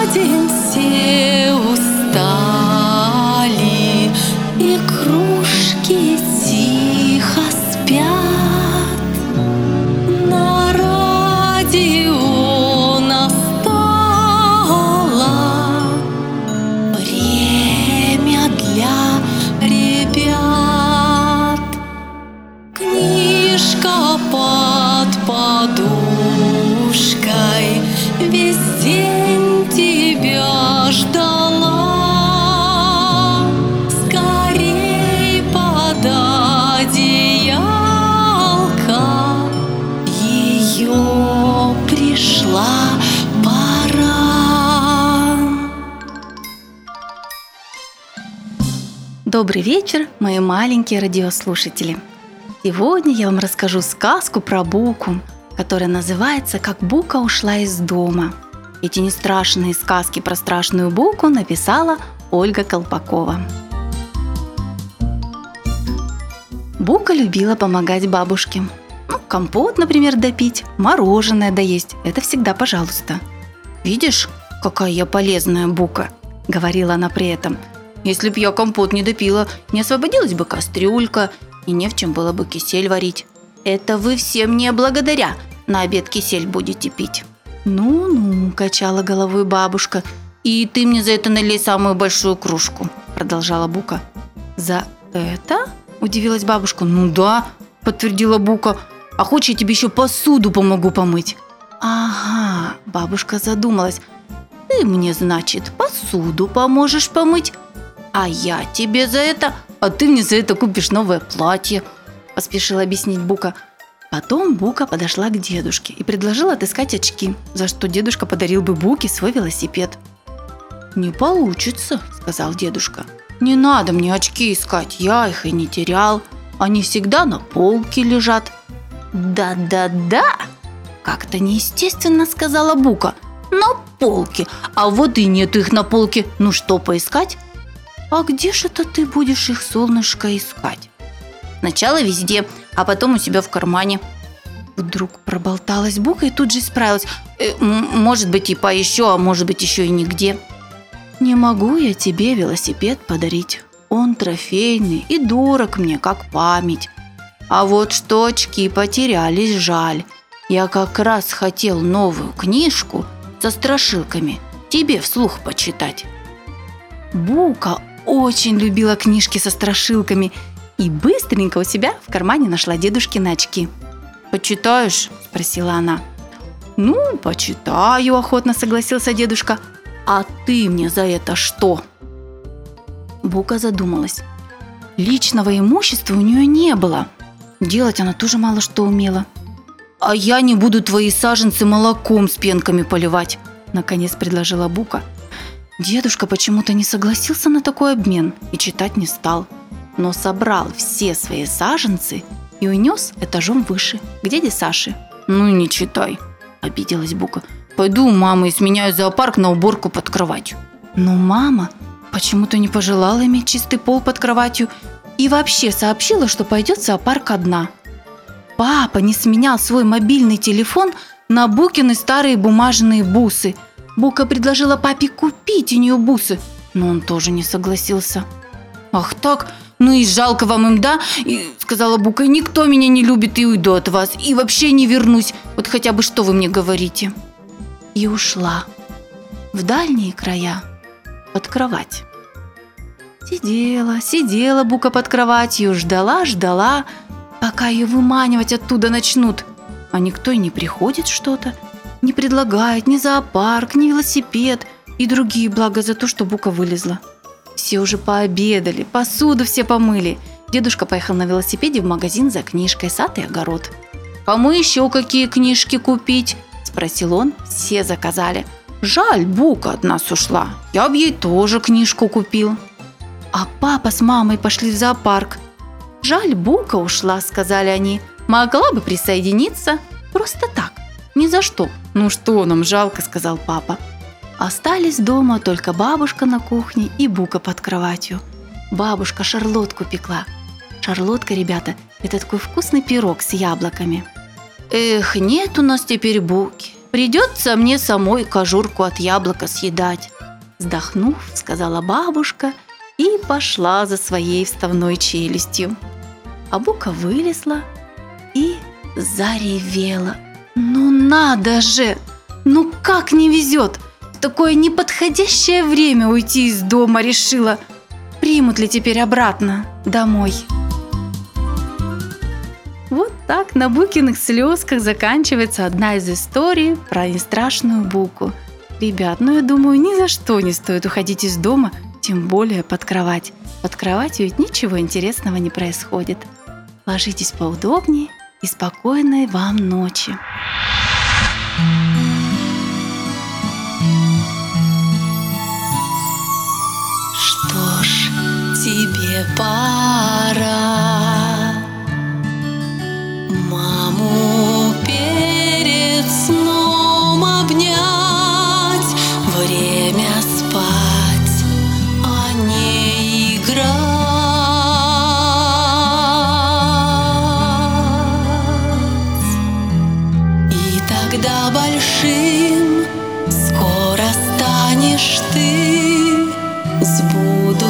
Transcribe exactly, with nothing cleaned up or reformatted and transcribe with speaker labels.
Speaker 1: день все устали, и кружки тихо спят. На радио настало время для ребят. Книжка под подушкой весь день тебя ждала. Скорей под одеялко, ее пришла пора.
Speaker 2: Добрый вечер, мои маленькие радиослушатели! Сегодня я вам расскажу сказку про Буку, которая называется «Как Бука ушла из дома». Эти нестрашные сказки про страшную Буку написала Ольга Колпакова. Бука любила помогать бабушке. Ну, компот, например, допить, мороженое доесть – это всегда пожалуйста. «Видишь, какая я полезная Бука», – говорила она при этом. «Если б я компот не допила, не освободилась бы кастрюлька, и не в чем было бы кисель варить. Это вы все мне благодаря на обед кисель будете пить». «Ну-ну», – качала головой бабушка. «И ты мне за это налей самую большую кружку», – продолжала Бука. «За это?» – удивилась бабушка. «Ну да», – подтвердила Бука. «А хочешь, я тебе еще посуду помогу помыть?» «Ага», – бабушка задумалась. «Ты мне, значит, посуду поможешь помыть, а я тебе за это, а ты мне за это купишь новое платье», – поспешила объяснить Бука. Потом Бука подошла к дедушке и предложила отыскать очки, за что дедушка подарил бы Буке свой велосипед. «Не получится», – сказал дедушка. «Не надо мне очки искать, я их и не терял. Они всегда на полке лежат». «Да-да-да», – как-то неестественно сказала Бука. «На полке, а вот и нет их на полке. Ну что поискать?» «А где же это ты будешь их, солнышко, искать?» «Сначала везде, а потом у себя в кармане». Вдруг проболталась Бука и тут же исправилась. «Э, может быть, и поищу, а может быть, еще и нигде». «Не могу я тебе велосипед подарить. Он трофейный и дорог мне, как память. А вот что очки потерялись, жаль. Я как раз хотел новую книжку со страшилками тебе вслух почитать». Бука очень любила книжки со страшилками и быстренько у себя в кармане нашла дедушкины очки. «Почитаешь?» – спросила она. «Ну, почитаю», – охотно согласился дедушка. «А ты мне за это что?» Бука задумалась. Личного имущества у нее не было. Делать она тоже мало что умела. «А я не буду твои саженцы молоком с пенками поливать», – наконец предложила Бука. Дедушка почему-то не согласился на такой обмен и читать не стал, но собрал все свои саженцы и унес этажом выше, к дяде Саше. «Ну и не читай», – обиделась Бука. «Пойду у мамы и сменяю зоопарк на уборку под кроватью». Но мама почему-то не пожелала иметь чистый пол под кроватью и вообще сообщила, что пойдет в зоопарк одна. Папа не сменял свой мобильный телефон на Букины старые бумажные бусы. Бука предложила папе купить у нее бусы, но он тоже не согласился. «Ах так? Ну и жалко вам им, да?» и, сказала Бука. «Никто меня не любит, и уйду от вас, и вообще не вернусь. Вот хотя бы что вы мне говорите?» И ушла в дальние края под кровать. Сидела, сидела Бука под кроватью, ждала, ждала, пока ее выманивать оттуда начнут. А никто и не приходит что-то. Не предлагает ни зоопарк, ни велосипед и другие блага за то, что Бука вылезла. Все уже пообедали, посуду все помыли. Дедушка поехал на велосипеде в магазин за книжкой «Сад и огород». «Кому еще какие книжки купить?» – спросил он. Все заказали. «Жаль, Бука от нас ушла. Я бы ей тоже книжку купил». А папа с мамой пошли в зоопарк. «Жаль, Бука ушла», – сказали они. «Могла бы присоединиться просто так. Ни за что». «Ну что нам жалко», – сказал папа. Остались дома только бабушка на кухне и Бука под кроватью. Бабушка шарлотку пекла. Шарлотка, ребята, это такой вкусный пирог с яблоками. «Эх, нет у нас теперь Буки, Придется мне самой кожурку от яблока съедать. Вздохнув, сказала бабушка и пошла за своей вставной челюстью. А Бука вылезла и заревела. Ну надо же! Ну как не везет! В такое неподходящее время уйти из дома решила. Примут ли теперь обратно домой? Вот так на Букиных слезках заканчивается одна из историй про нестрашную Буку. Ребят, ну я думаю, ни за что не стоит уходить из дома, тем более под кровать. Под кроватью ведь ничего интересного не происходит. Ложитесь поудобнее и спокойной вам ночи.
Speaker 1: Что ж, тебе пора маму перед сном обнять. Время спать, а не играть. И тогда большим скоро станешь ты, сбудутся